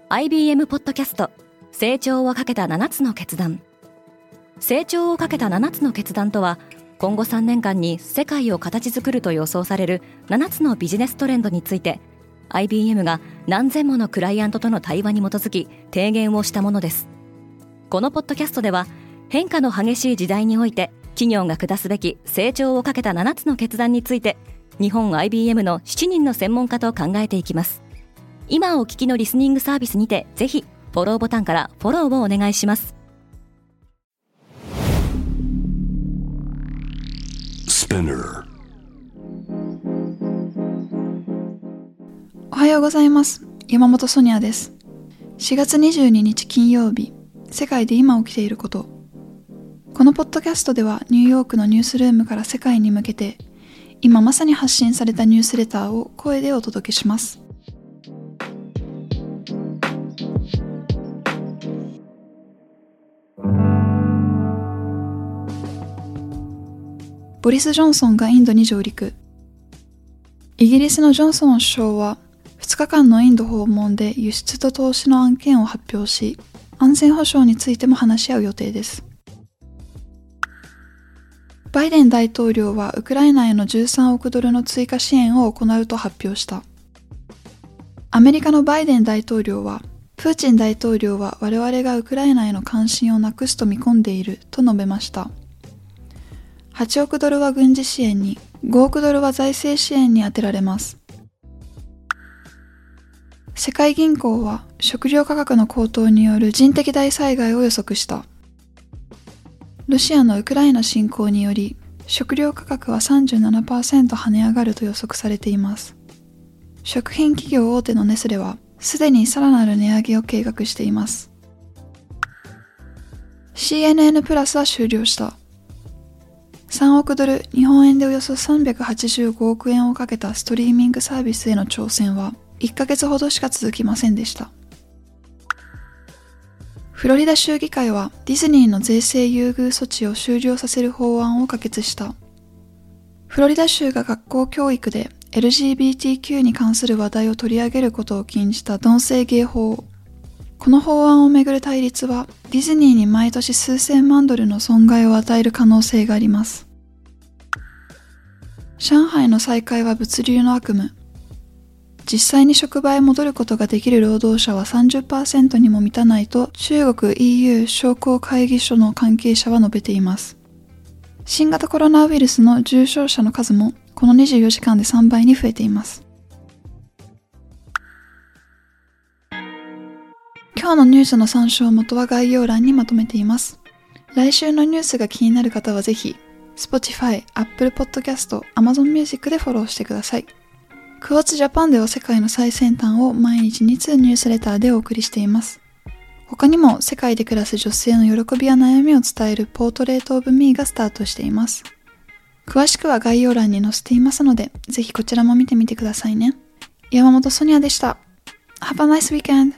IBM ポッドキャスト成長をかけた7つの決断。成長をかけた7つの決断とは、今後3年間に世界を形作ると予想される7つのビジネストレンドについて、 IBM が何千ものクライアントとの対話に基づき提言をしたものです。このポッドキャストでは、変化の激しい時代において企業が下すべき成長をかけた7つの決断について、日本 IBM の7人の専門家と考えていきます。今お聞きのリスニングサービスにて、ぜひフォローボタンからフォローをお願いします。 おはようございます。山本ソニアです。4月22日金曜日、世界で今起きていること。このポッドキャストでは、ニューヨークのニュースルームから世界に向けて、今まさに発信されたニュースレターを声でお届けします。ボリス・ジョンソンがインドに上陸。イギリスのジョンソン首相は2日間のインド訪問で輸出と投資の案件を発表し、安全保障についても話し合う予定です。バイデン大統領はウクライナへの13億ドルの追加支援を行うと発表した。アメリカのバイデン大統領は、プーチン大統領は我々がウクライナへの関心をなくすと見込んでいると述べました。8億ドルは軍事支援に、5億ドルは財政支援に充てられます。世界銀行は食料価格の高騰による人的大災害を予測した。ロシアのウクライナ侵攻により、食料価格は 37% 跳ね上がると予測されています。食品企業大手のネスレは、すでにさらなる値上げを計画しています。CNN プラスは終了した。3億ドル、日本円でおよそ385億円をかけたストリーミングサービスへの挑戦は1ヶ月ほどしか続きませんでした。フロリダ州議会はディズニーの税制優遇措置を終了させる法案を可決した。フロリダ州が学校教育で LGBTQ に関する話題を取り上げることを禁じた同性芸法。この法案をめぐる対立は、ディズニーに毎年数千万ドルの損害を与える可能性があります。上海の再開は物流の悪夢。実際に職場へ戻ることができる労働者は 30% にも満たないと、中国 EU 商工会議所の関係者は述べています。新型コロナウイルスの重症者の数も、この24時間で3倍に増えています。今日のニュースの参照元は概要欄にまとめています。来週のニュースが気になる方はぜひ、Spotify、Apple Podcast、Amazon Music でフォローしてください。クォーツジャパンでは世界の最先端を毎日2通ニュースレターでお送りしています。他にも世界で暮らす女性の喜びや悩みを伝えるポートレートオブミーがスタートしています。詳しくは概要欄に載せていますので、ぜひこちらも見てみてくださいね。山本ソニアでした。Have a nice weekend!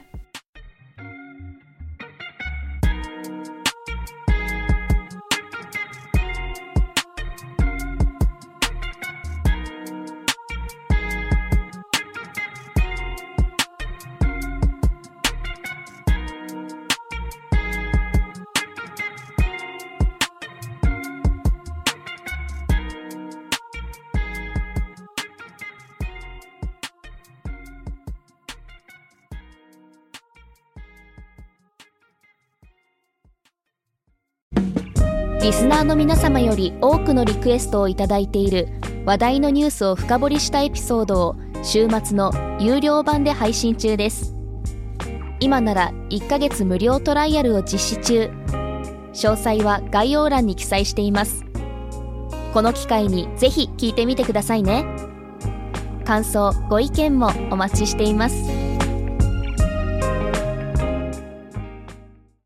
リスナーの皆様より多くのリクエストをいただいている話題のニュースを深掘りしたエピソードを週末の有料版で配信中です。今なら1ヶ月無料トライアルを実施中。詳細は概要欄に記載しています。この機会にぜひ聞いてみてくださいね。感想、ご意見もお待ちしています。